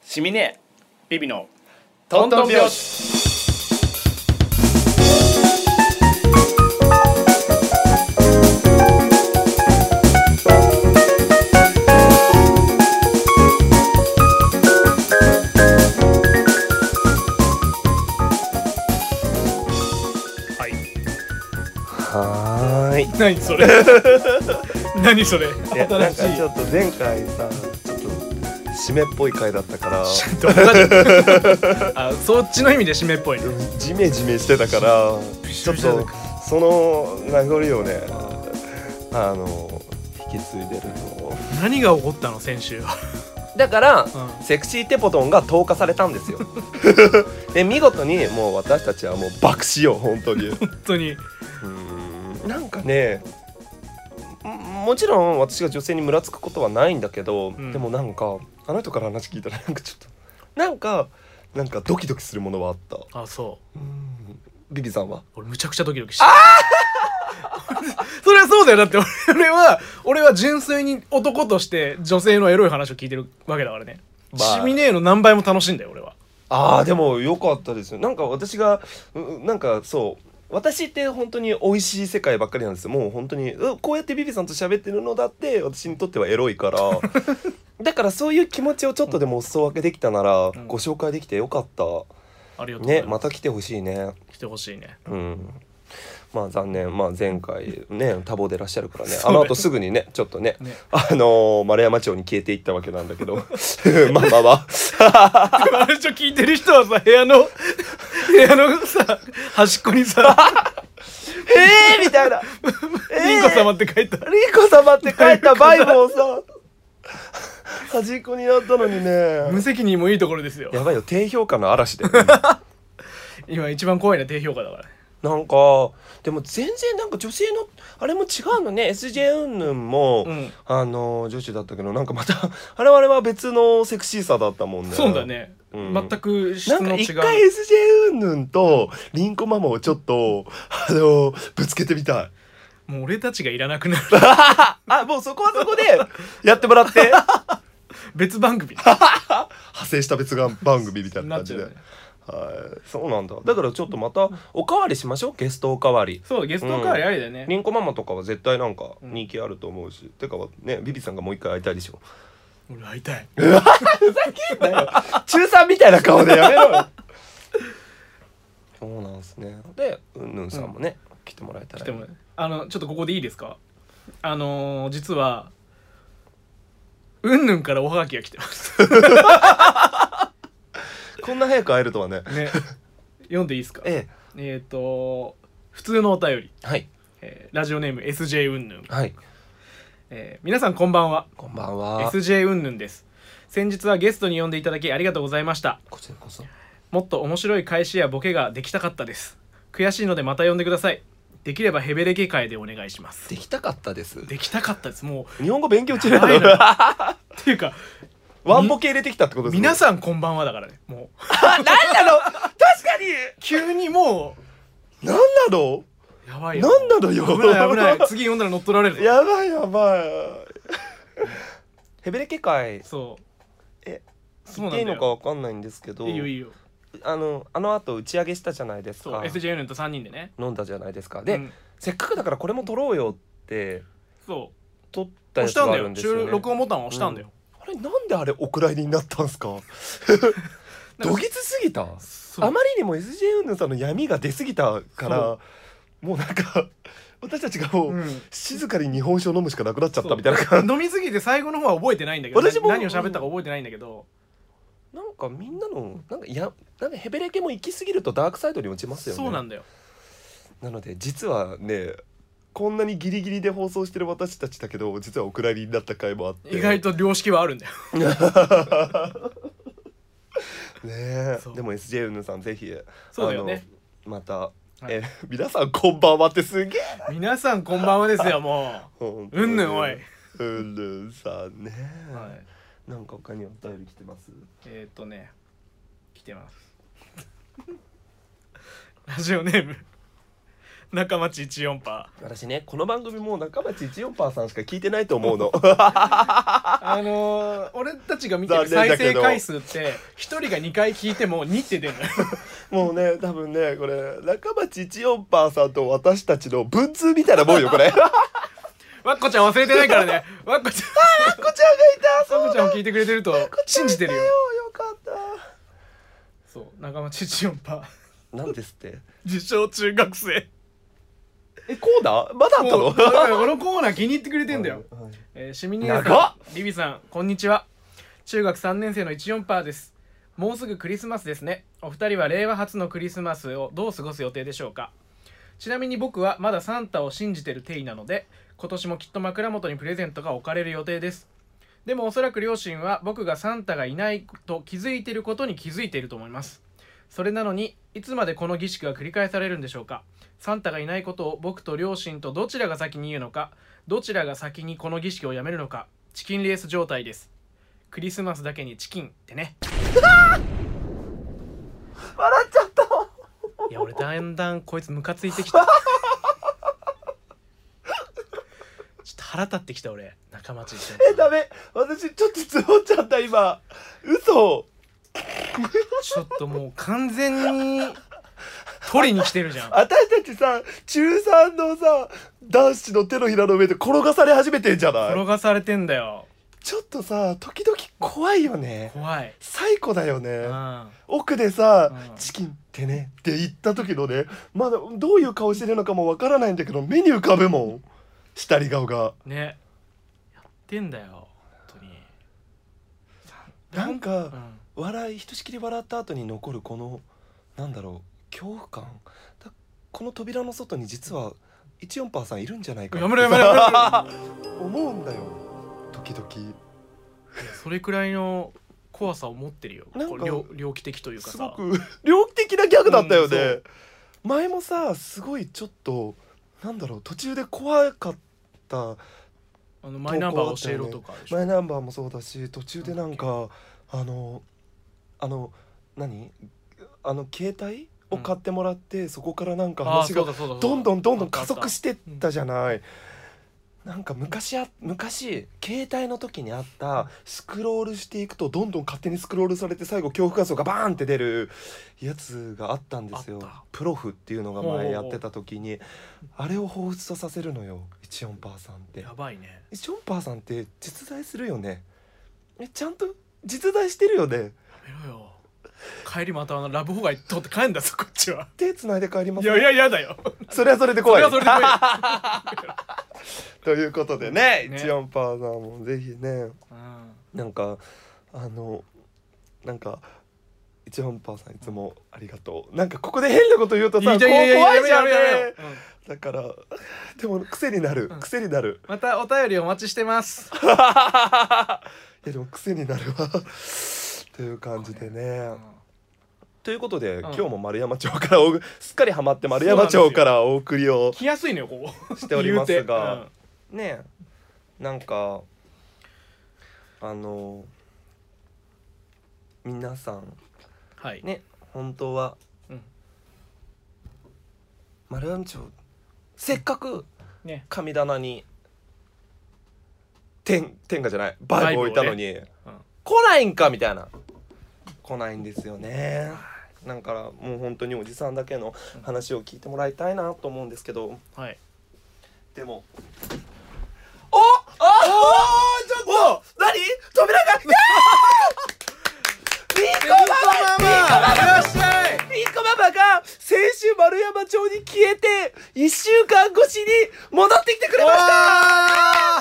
シミネビビのトントン拍子。何それ何それ。 いやなんかちょっと前回さちょっと締めっぽい回だったからあ、そっちの意味で締めっぽいね。 ジメジメしてたからちょっとその名残をね引き継いでるの。 何が起こったの先週だから、セクシーテポトンが投下されたんですよで見事にもう私たちはもう爆死よ本当に本当に。 なんかね、もちろん私が女性にムラつくことはないんだけど、でもなんかあの人から話聞いたらなんかちょっとなんかドキドキするものはあった。 あ、そう。 ビビさんは？ 俺むちゃくちゃドキドキした。それはそうだよ。だって俺は純粋に男として女性のエロい話を聞いてるわけだからね。シミネーの何倍も楽しいんだよ俺は。 でもよかったですよ。なんか私がなんかそう私って本当に美味しい世界ばっかりなんですよ。もう本当にこうやってビビさんと喋ってるのだって私にとってはエロいからだからそういう気持ちをちょっとでもお裾分けできたなら、ご紹介できてよかった。 ありがとうございますね。また来てほしいね。 来てほしいね。 まあ残念。前回ね多忙でいらっしゃるからね。あの後すぐにねちょっとね丸山町に消えていったわけなんだけどまああれ聞いてる人はさ部屋のさ端っこにさみたいなリンコ様って書いたバイブをさ端っこになったのにね。 無責任もいいところですよ。 やばいよ、低評価の嵐で今一番怖いのは低評価だから。 なんかでも全然なんか女性のあれも違うのね。 SJ 云々も、女子だったけどなんかまた我々は別のセクシーさだったもんね。 そうだね、全く質の違う。 なんか一回 SJ 云々とリンコママをちょっとぶつけてみたい。 もう俺たちがいらなくなるもうそこはそこでやってもらって別番組派生した別番組みたいな感じでそうなんだ。だからちょっとまたおかわりしましょう。ゲストおかわり。 そう、ゲストおかわりありだよね。 リンコママとかは絶対なんか人気あると思うし、てかねビビさんがもう一回会いたいでしょ。 俺会いたい。 ふざけんなよ中3みたいな顔でやめろよそうなんですね。でうんさんもね、来てもらえたら。 来てもちょっとここでいいですか。実はうんぬんからおはがきが来てますこんな早く会えるとはね。 読んでいいですか。普通のお便り。 はい。 ラジオネーム SJ うんぬん。 はい。 皆さんこんばんは。 こんばんは。 SJ うんぬんです。先日はゲストに呼んでいただきありがとうございました。 こちらこそ。 もっと面白い返しやボケができたかったです。悔しいのでまた呼んでください。できればヘベレケ会でお願いします。 できたかったです。 できたかったです。もう日本語勉強中なのっていうかワンボケ入れてきたってことですね。 皆さんこんばんはだからね。もうなんなの確かに急にもうなんなのやばいよ。 なんなのよ。 危ない次読んだら乗っ取られる。 やばいヘベレケ会。 そう言っていいのかわかんないんですけど。 いいよいいよ。 あの後打ち上げしたじゃないですか。 そう SJ と3人でね飲んだじゃないですか。で、せっかくだからこれも撮ろうよって撮ったやつがあるんですよね。 録音ボタンを押したんだよ。 あれなんであれお蔵入りになったんすかどぎつすぎた。あまりにも SJ 云々さんの闇が出すぎたからもうなんか私たちがもう静かに日本酒を飲むしかなくなっちゃったみたいな感じ。 飲みすぎて最後の方は覚えてないんだけど、私も何を喋ったか覚えてないんだけど、 なんかみんなのなんかヘベレケも行き過ぎるとダークサイドに落ちますよね。 そうなんだよ。 なので実はねこんなにギリギリで放送してる私たちだけど実はお蔵入りになった回もあって、 意外と良識はあるんだよねえ。でも SJ 云々さんぜひそうだよねまた、皆さんこんばんはってすげえ皆さんこんばんはですよ。もううんぬんおいうんぬんさんね。なんか他にお便り来てます？ 来てますラジオネーム中町14パ私ねこの番組もう中町14%さんしか聞いてないと思うのー。俺たちが見てる再生回数って1人が2回聞いても2って出るのよ。 もうね多分ねこれ中町14%さんと私たちの文通みたいなもんよこれ。 わっこちゃん忘れてないからね。わっこちゃんあこちゃんがいた。 わっこちゃんも聞いてくれてると信じてるよ。 よかったそう中町14パーなんですって自称中学生。 コーナーまだあったの。 もうだからこのコーナー気に入ってくれてんだよ。シミニエさ長っんリビさんこんにちは。中学3年生の14パーです。もうすぐクリスマスですね。お二人は令和初のクリスマスをどう過ごす予定でしょうか。ちなみに僕はまだサンタを信じてる体なので今年もきっと枕元にプレゼントが置かれる予定です。でもおそらく両親は僕がサンタがいないと気づいていることに気づいていると思います。それなのにいつまでこの儀式が繰り返されるんでしょうか。サンタがいないことを僕と両親とどちらが先に言うのか、どちらが先にこの儀式をやめるのか、チキンレース状態です。クリスマスだけにチキンってね。 笑っちゃった。 いや俺だんだんこいつムカついてきた。ちょっと腹立ってきた俺仲間ち一緒に。 ダメ私ちょっとつぼっちゃった今。嘘。 ちょっともう完全に取りに来てるじゃん。 私たちさ中3のさ男子の手のひらの上で転がされ始めてんじゃない。 転がされてんだよ。 ちょっとさ時々怖いよね。 怖い。 最高だよね。 うん、 奥でさ、 うん、 チキンってねって言った時のねまだどういう顔してるのかもわからないんだけど目に浮かぶもん下り顔がね。やってんだよ本当に。 なんか、 うん、 ひとしきり笑った後に残るこのなんだろう恐怖感この扉の外に実は14%さんいるんじゃないかやめろやめろやめろ思うんだよ時々。 いやそれくらいの怖さを持ってるよ。 なんかこう猟奇的というかさすごく猟奇的なギャグだったよね、 うん、 前もさすごいちょっとなんだろう途中で怖かったマイナンバー教えろとかでしょ。 マイナンバーもそうだし途中でなんか何携帯を買ってもらって、そこからなんか話がどんどん加速してったじゃない。なんか昔携帯の時にあったスクロールしていくとどんどん勝手にスクロールされて最後恐怖画像がバーンって出るやつがあったんですよ。プロフっていうのが前やってた時にあれを彷彿とさせるのよ14%さんって。 やばいね。 14%さんって実在するよね。ちゃんと実在してるよね。やめろよ。帰りまたラブホ街通って帰んだぞこっちは。 手繋いで帰ります。 いややだよ。 それはそれで怖い。 それはそれで怖い。 ということでね14%さんもぜひね、なんかなんか14%さんいつもありがとう。なんかここで変なこと言うとさ怖いじゃんね。だからでも癖になる、癖になる。 またお便りお待ちしてます。 いやでも癖になるわという感じでね、ということで、今日も丸山町からすっかりハマって丸山町からお送りを来やすいのよここしておりますがねえなんか皆さん、 はい、 ね本当は、丸山町せっかく神棚に天下じゃないバイブ置いたのに、来ないんかみたいな。来ないんですよね。だからもう本当におじさんだけの話を聞いてもらいたいなと思うんですけど、 はい、 でもちょっと何扉がリンコママいらっしゃい。リンコママが先週丸山町に消えて1週間越しに戻ってきてくれました。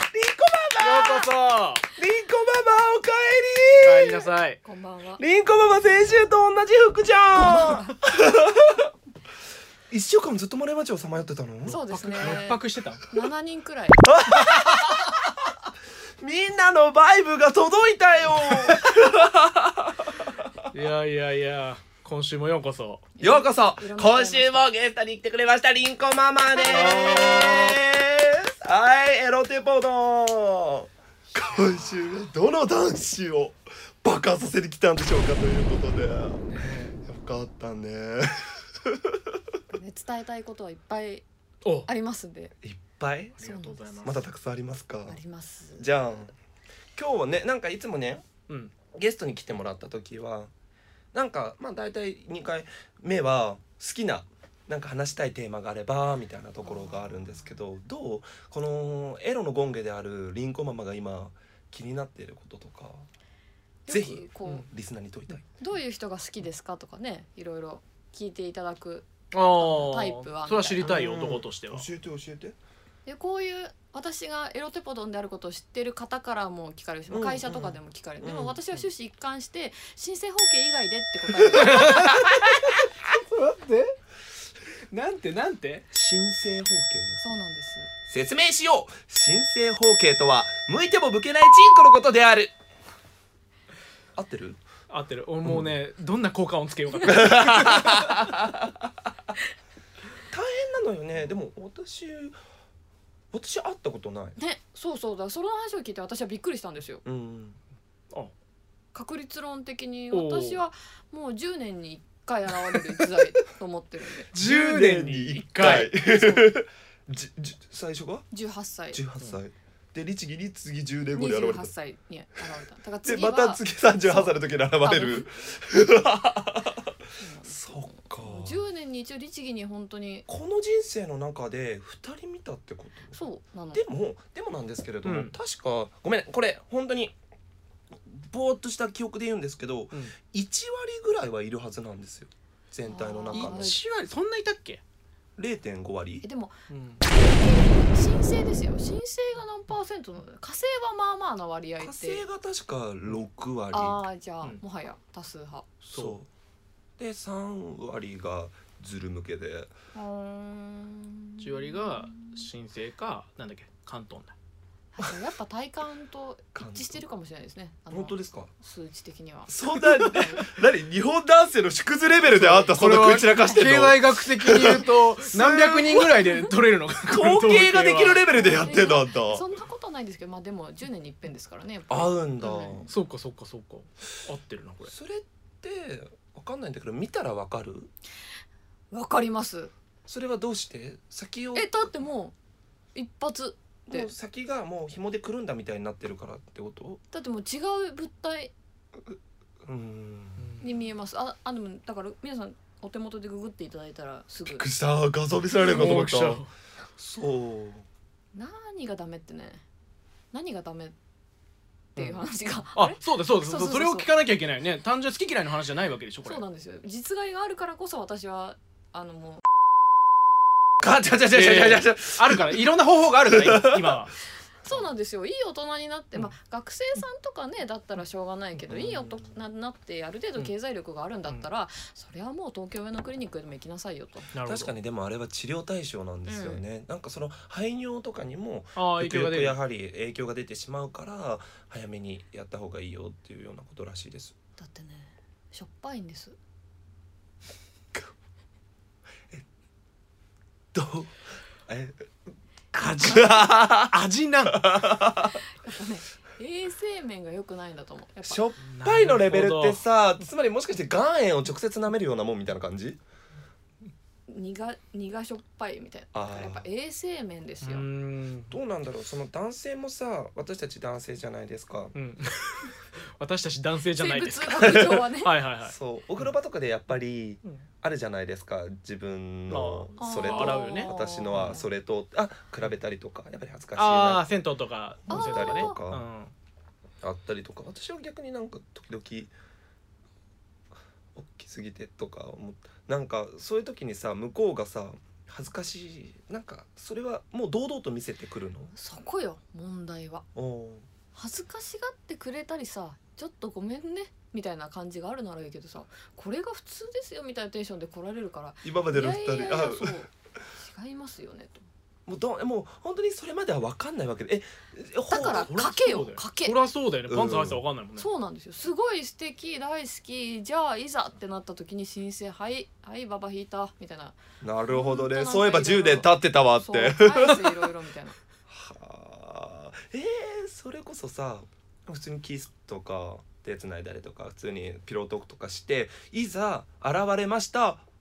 リンコママようこそ。 リンコママおかえり。 おかえりなさい。 こんばんは。 リンコママ先週と同じ服じゃん。1週間ずっと丸山町をさまよってたの？ そうですね。 6泊してた 7人くらい。 みんなのバイブが届いたよ。 いやいやいや今週もようこそ。 ようこそ。今週もゲストに来てくれましたリンコママです。はい、エロテポド。今週はどの男子を爆発させに来たんでしょうかということで、よかったね。 伝えたいことはいっぱいお、 ありますんで。 いっぱいありがとうございます。 まだたくさんありますか？ あります。 じゃあ今日はね、なんかいつもねうんゲストに来てもらった時はなんかまあ大体2回目は好きななんか話したいテーマがあればみたいなところがあるんですけど、どうこのエロの権化であるリンコママが今気になっていることとかぜひよくこリスナーに問いたい。 どういう人が好きですかとかね、いろいろ聞いていただく。 あタイプはそれは知りたいよ、 うん男としては。 教えて教えて。 でこういう私がエロテポドンであることを知ってる方からも聞かれるし、 うん会社とかでも聞かれる、 うんでも私は終始一貫して新生包茎以外でって答える待ってなんて新生包茎そうなんです。 説明しよう。新生包茎とは向いても向けないチンコのことである。合ってる？ 合ってる。俺もうね、どんな効果音つけようかと大変なのよね。でも私会ったことない。 ね、そうそうだ、その話を聞いて私はびっくりしたんですよ。 うん。 あ、 確率論的におう私はもう10年に1回現れる逸材と思ってるんで 10年に1回最初が 18歳 18歳で律儀に次10年後に現れた。 28歳に現れた。だからで次はまた次38歳の時に現れる。そっか。 10年に一応律儀に本当にこの人生の中で2人見たってこと？ そうなの。 でもなんですけれども、 うん確かごめんこれ本当にぼーっとした記憶で言うんですけど、 うん、 1割ぐらいはいるはずなんですよ全体の中の。 あー 1割そんないたっけ？ 0.5 割。 でもうん、 申請ですよ。申請が何パーセントなの？火星はまあまあな割合火って。 星が確か6割。 ああ、じゃあ、 うんもはや多数派。 そうで3割がズル向けで 10割が新生かなんだっけ関東だ。 やっぱ体感と一致してるかもしれないですね。 本当ですか？ 数値的には。 そんな何日本男性の縮図レベルであんたそんな食い散らかしてんの？ 経済学的に言うと何百人ぐらいで取れるのか。 統計ができるレベルでやってんのあんた。 そんなことはないんですけど、まあでも10年に一遍ですからね。やっぱり合うんだ。 そうかそうかそうか、合ってるなこれ。 それって分かんないんだけど見たら分かる？ わかります。 それはどうして先をだってもう一発でもう先がもう紐でくるんだみたいになってるからってこと？ だってもう違う物体に見えます。でもだから皆さんお手元でググっていただいたらすぐ。 びっくりした画像見せられるかと思った。 大きさそう何がダメってね、何がダメっていう話が、 あ、そうだそうだそうそうそうそうそれを聞かなきゃいけないよね。単純に好き嫌いの話じゃないわけでしょこれ。 そうなんですよ。実害があるからこそ私はもうちゃあるからいろんな方法があるから今は。 そうなんですよ。いい大人になって、まあ学生さんとかねだったらしょうがないけど、いい大人になってある程度経済力があるんだったら、それはもう東京上のクリニックでも行きなさいよと。 なるほど。 確かにでもあれは治療対象なんですよね、なんかその排尿とかにも影響が出る。 やはり影響が出てしまうから早めにやった方がいいよっていうようなことらしいです。 だってね、しょっぱいんです。 どう味なん。 やっぱね、衛生面が良くないんだと思う。やっぱしょっぱいのレベルってさ、つまりもしかして岩塩を直接舐めるようなもんみたいな感じ？ 苦しょっぱいみたいな。だからやっぱ衛生面ですよ。 どうなんだろう。その男性もさ、私たち男性じゃないですか、 私たち男性じゃないですか。 生物学上はねはいはいはい。 そうお風呂場とかでやっぱりあるじゃないですか、自分のそれと洗うよね私のはそれと比べたりとかやっぱり恥ずかしいあなあ銭湯とか温泉とかね。 とかあったりとか、私は逆になんか時々大きすぎてとか思って、なんかそういう時にさ向こうがさ恥ずかしい、なんかそれはもう堂々と見せてくるの？ そこよ問題は。恥ずかしがってくれたりさ、ちょっとごめんねみたいな感じがあるならいいけどさ、これが普通ですよみたいなテンションで来られるから、 今までの2人いやいやいやそう違いますよねと。 もう本当にそれまでは分かんないわけで、 だからかけよかけ。 そりゃそうだよね。パンツ履いてたら分かんないもんね。 そうなんですよ。すごい素敵大好き、じゃあいざってなった時に申請はいババ引いたみたいな。 なるほどね。 本当なんかそういえば10年経ってたわっそうて。 返すいろいろみたいな。 はあ、それこそさ普通にキスとか手つないだりとか普通にピロートークとかして、いざ現れました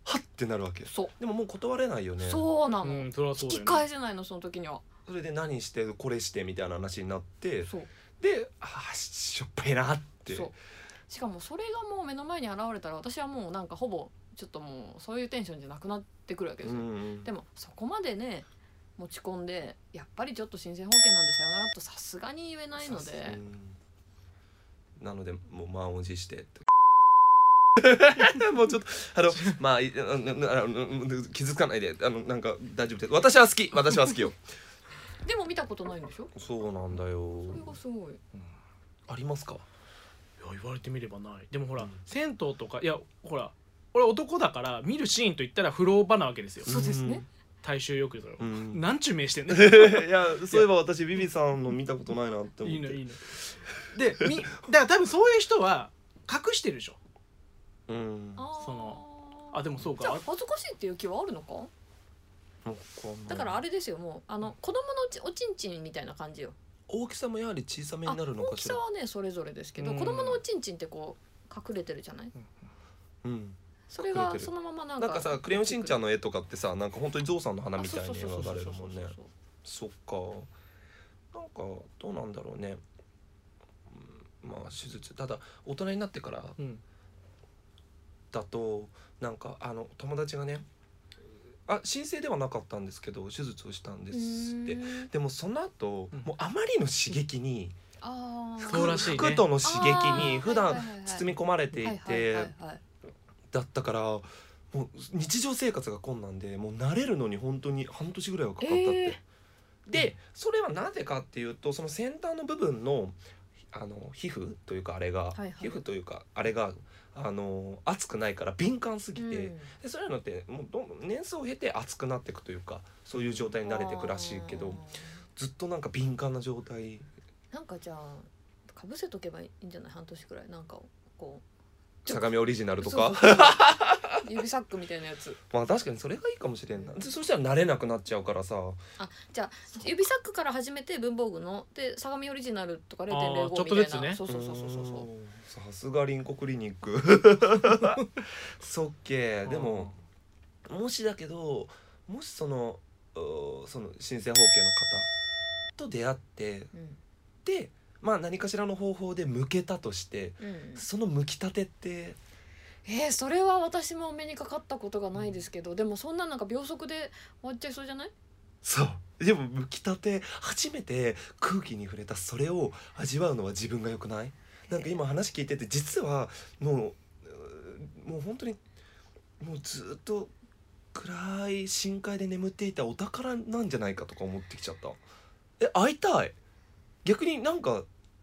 はってなるわけ。 そうでももう断れないよね。 そうなの、 うんそれはそう引きだよね。 返せないのその時には。 それで何してこれしてみたいな話になってそうでしょっぱいなってそうしかもそれがもう目の前に現れたら私はもうなんかほぼちょっともうそういうテンションじゃなくなってくるわけですよ、でもそこまでね持ち込んでやっぱりちょっと新生保険なんでさよならとさすがに言えないので、 なのでもう満を持してってもうちょっとまあ気づかないでなんか大丈夫です。私は好きよでも見たことないんでしょ。 そうなんだよ。 それがすごい、 ありますか。 いや言われてみればない。でもほら、銭湯とかいやほら俺男だから見るシーンといったら風呂場なわけですよ。 そうですね。 大衆浴場、 んなんちゅう名してんねいやそういえば私ビビさんの見たことないなって思って。 いいのいいのでだから多分そういう人は隠してるでしょ。そのでもそうか。 じゃあ恥ずかしいっていう気はあるのか。だからあれですよ、もう子供のおちんちんみたいな感じよ。 大きさもやはり小さめになるの大かしら。 きさはねそれぞれですけど、子供のおちんちんってこう隠れてるじゃない、それがそのままなんかさクレヨンしんちゃんの絵とかってさなんか本当にゾウさんの花みたいに描かれるもんね。そっかなんかどうなんだろうね。まあ手術ただ大人になってからだとなんか友達がね申請ではなかったんですけど手術をしたんですって。でもその後、もうあまりの刺激に服との刺激に普段包み込まれていてだったからもう日常生活が困難でもう慣れるのに本当に半年ぐらいはかかったって、でそれはなぜかっていうとその先端の部分の皮膚というかあれが、皮膚というかあれが熱くないから敏感すぎて、でそういうのってもう年数を経て熱くなっていくというかそういう状態に慣れていくらしいけどずっとなんか敏感な状態。 なんかじゃあかぶせとけばいいんじゃない。半年くらいなんかこう相模オリジナルとか指サックみたいなやつ。 まあ確かにそれがいいかもしれんな。そしたら慣れなくなっちゃうからさ。 じゃあ指サックから始めて文房具ので相模オリジナルとか 0.05 みたいな。ちょっとずつね。そうさすがリンコクリニックそっけ。でももしだけどもしその新生包茎の方と出会って、でまあ何かしらの方法で剥けたとして、その剥きたてってそれは私もお目にかかったことがないですけど、でもそんななんか秒速で終わっちゃいそうじゃない。 そうでも剥きたて初めて空気に触れたそれを味わうのは自分が良くない？なんか今話聞いてて実はもう本当にもうずっと暗い深海で眠っていたお宝なんじゃないかとか思ってきちゃった。会いたい。逆になんか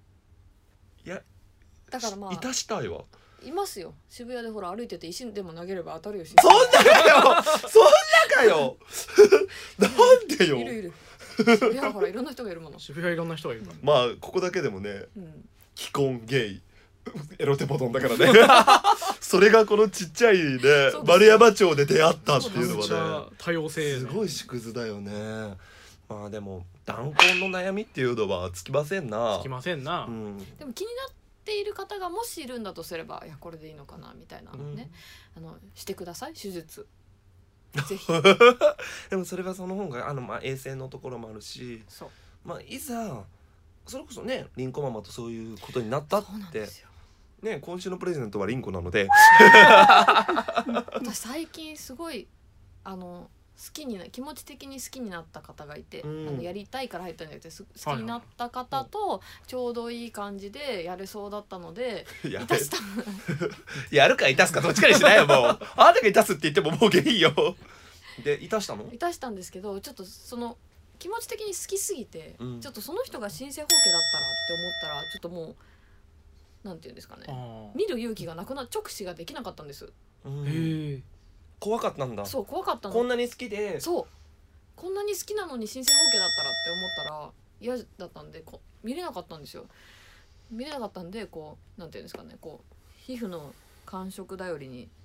だからまあいたしたいわ。 いますよ。渋谷でほら歩いてて石でも投げれば当たるよ。 そんなかよなんでよ。 いる渋谷はほらいろんな人がいるもの。 渋谷いろんな人がいるから。 まあここだけでもね、既婚ゲイエロテポトンだからねそれがこのちっちゃいね丸山町で出会ったっていうのはね多様性すごい縮図だよね。まあでも弾痕の悩みっていうのはつきませんな。 つきませんな、 でも気になっている方がもしいるんだとすればいやこれでいいのかなみたいなのね、してください手術ぜひでもそれはその方がまあ衛生のところもあるし、まあいざそれこそねリンコママとそういうことになったってね、今週のプレゼントはリンコなので私最近すごい気持ち的に好きになった方がいて、やりたいから入ったんじゃなくて好きになった方とちょうどいい感じでやれそうだったのでいたしたやるかいたすかどっちかにしないよもうあなたがいたすって言ってももうゲイよでいたしたの？ いたしたんですけどちょっとその気持ち的に好きすぎて、ちょっとその人が新生包茎だったらって思ったらちょっともうなんていうんですかね、見る勇気がなくな直視ができなかったんです。 怖かったんだ。 そう怖かったの。 こんなに好きでこんなに好きなのに新生包茎だったらって思ったら嫌だったんで見れなかったんですよ。見れなかったんでこうなんていうんですかね皮膚の感触頼りに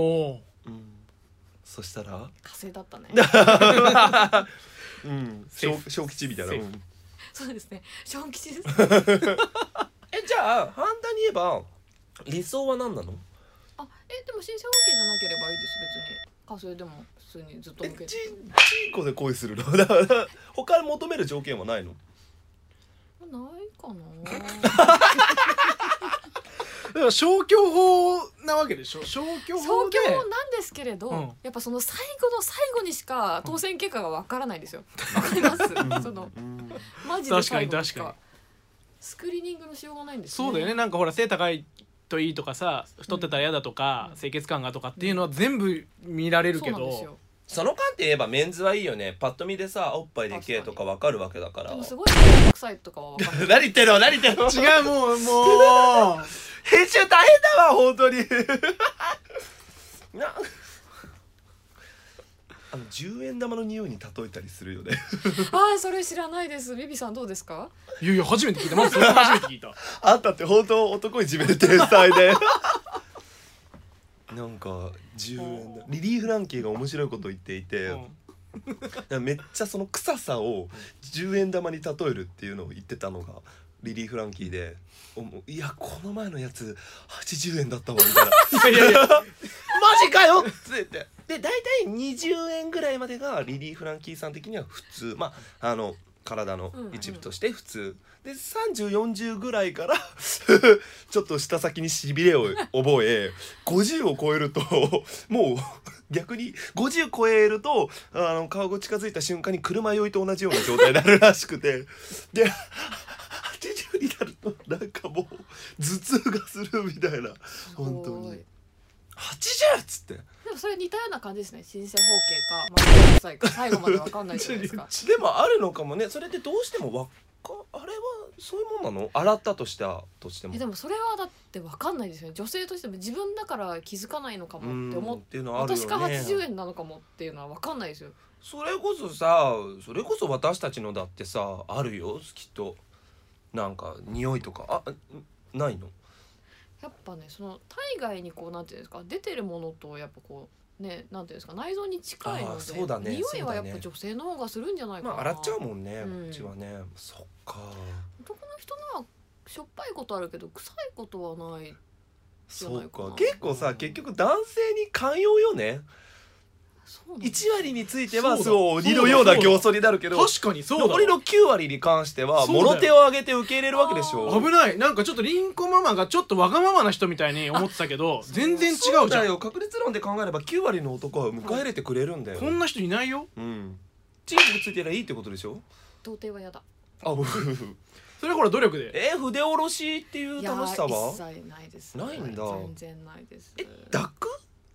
そしたら火星だったね小吉みたいな、 そうですね小吉ですじゃあ反対に言えば理想は何なの？ でも申請 OK じゃなければいいです別に。あ、それでも普通にずっと向けて。 チンコで恋するのだから他に求める条件はないの？ ないかな。 だから消去法なわけでしょ。消去法で消去法なんですけれど、 うんやっぱその最後の最後にしか当選結果がわからないですよ。わかります？そのマジで最後にし確かに確かにスクリーニングのしようがないんですね。 そうだよね。なんかほら背高いといいとかさ、太ってたら嫌だとか、清潔感がとかっていうのは全部見られるけど、 そうなんですよ。 その観点言えばメンズはいいよね。パッと見でさおっぱいでけえとかわかるわけだからでもすごい臭いとかはわかんない。 何言ってんの何言ってんの違う、もう編集大変だわ本当にな10円玉の匂いに例えたりするよねああ、それ知らないです。ビビさんどうですか？ いやいや初めて聞いた。まずそれ初めて聞いた。 あんたって本当男いじめる天才でなんか10円だリリー・フランキーが面白いことを言っていて、めっちゃその臭さを10円玉に例えるっていうのを言ってたのがリリー・フランキーで、いやこの前のやつ80円だったわみたいないやいやマジかよっつってで大体20円ぐらいまでがリリー・フランキーさん的には普通、まあ体の一部として普通、で3040ぐらいからちょっと舌先にしびれを覚え50を超えるともう逆に50超えると顔が近づいた瞬間に車酔いと同じような状態になるらしくてで80になるとなんかもう頭痛がするみたいな本当に80っつって。 でもそれ似たような感じですね。新生包茎か、まあ、臭いか最後までわかんないじゃないですか。 でもあるのかもね。それってどうしてもあれはそういうもんなの？洗ったとしてもでもそれはだってわかんないですよね。女性としても自分だから気づかないのかもって思って、 いうのはあるよね。 私が80円なのかもっていうのはわかんないですよ。 それこそ私たちのだってさあるよきっと。なんか匂いとかないの？ やっぱね、その体外にこうなんていうんですか、出てるものとやっぱこうね、なんていうんですか、内臓に近いので、 そうだね、 匂いはやっぱ女性の方がするんじゃないかな。 まあ洗っちゃうもんね、 うんうちはね。そっか。 男の人のはしょっぱいことあるけど臭いことはない。 そうか。結構さ結局男性に寛容よね。 そうなんです 1割についてはそうだすごい鬼のような競争になるけど、 確かにそうだ。 残りの9割に関してはそうだよもろ手を挙げて受け入れるわけでしょ。 危ない。なんかちょっとリンコママがちょっとわがままな人みたいに思ってたけど全然違うじゃん。 そうだよ。確率論で考えれば9割の男は迎え入れてくれるんだよ。 こんな人いないよ。 うんチンコついてりゃいいってことでしょ。 童貞は嫌だ。 あそれはほら努力で。 筆下ろしっていう楽しさは一切ないです。 ないんだ。 全然ないです。 抱く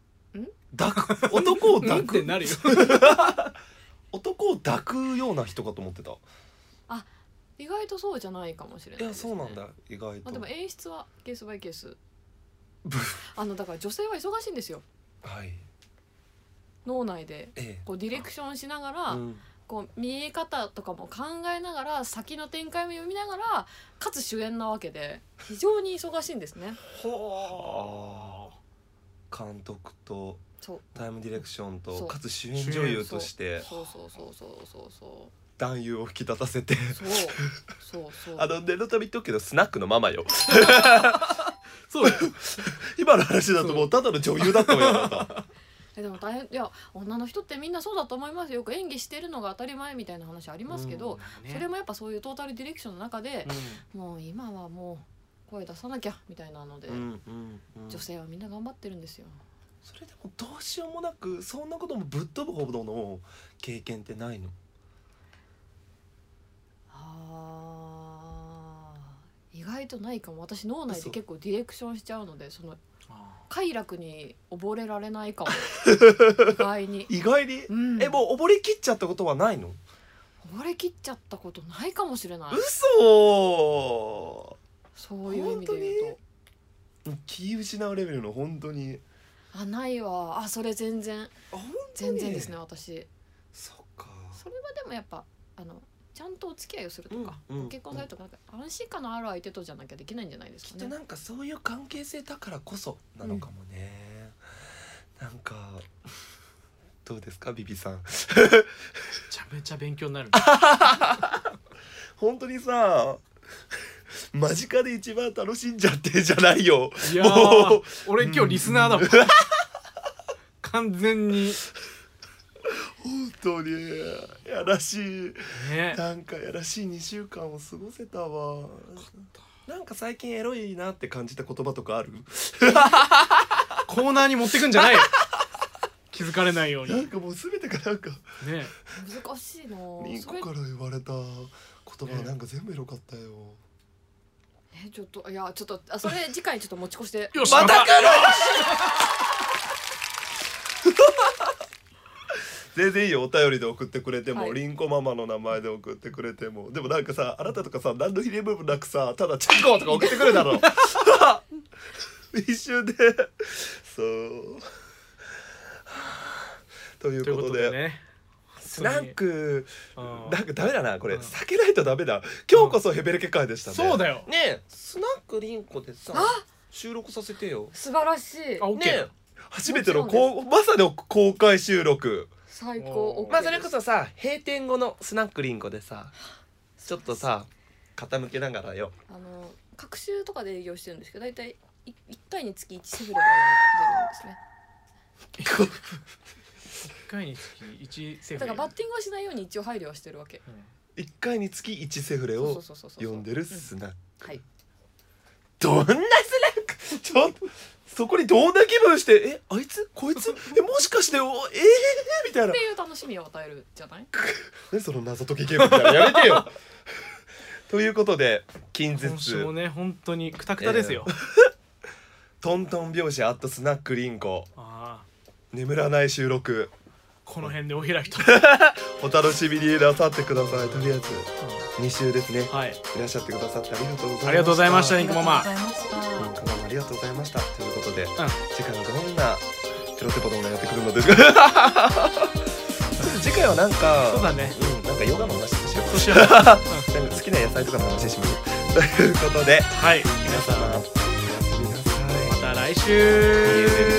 男を抱ってくなるよ。 男を抱くような人かと思ってた。 意外とそうじゃないかもしれないいやですね。 そうなんだ意外と。 まあでも演出はケースバイケース。だから女性は忙しいんですよ。 はい。 脳内でえこうディレクションしながら、 うんこう見え方とかも考えながら先の展開も読みながらかつ主演なわけで非常に忙しいんですね。 はあ。監督とそうタイムディレクションそうとかつ主演女優としてそうそうそうそうそうそう男優を引き立たせてそう念のため言っとくけどスナックのママよ。 そうだよ。 今の話だともうただの女優だったわよあなた。 でも大変。いや女の人ってみんなそうだと思いますよ。よく演技してるのが当たり前みたいな話ありますけど、それもやっぱそういうトータルディレクションの中で、もう今はもう声出さなきゃみたいなので、女性はみんな頑張ってるんですよ。 それでもどうしようもなくそんなこともぶっ飛ぶほどの経験ってないの？ 意外とないかも。私脳内で結構ディレクションしちゃうので、その快楽に溺れられないかも。意外に。 意外に、もう溺れきっちゃったことはないの？ 溺れきっちゃったことないかもしれない。 嘘。 そういう意味で言うと気失うレベルの本当に。 ないわ。それ全然ですね私。 そっか。 それはでもやっぱちゃんとお付き合いをするとか、結婚されるとか、安心感のある相手とじゃなきゃできないんじゃないですかね。 きっとなんかそういう関係性だからこそなのかもね。なんかどうですかビビさん。めちゃめちゃ勉強になる。 本当にさ間近で一番楽しんじゃってじゃないよ。 いやもう俺今日リスナーだもん、完全に本当にやらしい、 ね。 なんかやらしい2週間を過ごせたわ。なんか最近エロいなって感じた言葉とかある？ コーナーに持ってくんじゃないよ、気づかれないようになんかもう全てがなんかね。 難しいな。 リンコから言われた言葉はなんか全部エロかったよ。 ちょっといやちょっとそれ次回ちょっと持ち越してよしまた来る全然いいよ、お便りで送ってくれても、 はい、 リンコママの名前で送ってくれても。でもなんかさ、あなたとかさ、何のひれ部分なくさ、ただチンコとか送ってくるだろう一瞬でそうということでね、 スナックうんなんかダメだなこれ、 うん避けないとダメだ。今日こそヘベレケ会でしたね。 そうだよねえ、スナックリンコでさ収録させてよ。 素晴らしい。 あ、オッケー。 ねえ、初めてのもちろんまさの公開収録。 最高。 まあそれこそさ、閉店後のスナックリンコでさ、ちょっとさ傾けながらよ。 各週とかで営業してるんですけど、だいたい1回につき1セフレが出るんですね。 1回につき1セーフ。 だからバッティングはしないように一応配慮はしてるわけ。 1回につき1セフレをそうそうそうそう呼んでるスナック。 はい。 どんなスナックちょっとそこにどんな気分して、あいつこいつもしかしてみたいなっていう楽しみを与えるじゃない？ ね、その謎解きゲームみたいなやめてよということで近日今週もね本当にクタクタですよ、 トントン拍子スナックリンコああ眠らない収録、 この辺でお開きとお楽しみになさってください。とりあえず2週ですね、 はい、 いらっしゃってくださってありがとうございました。 ありがとうございました。リンクママありがとうございました。 リンクママありがとうございました。ということで、 うん、 次回はどんなテロテポドンがやってくるのですか次回はなんかそうだね、 なんかヨガの話しよう。 そうしよう、 なんか好きな野菜とかの話しましょう。ということではい、皆さん皆様おやすみなさい。 また来週。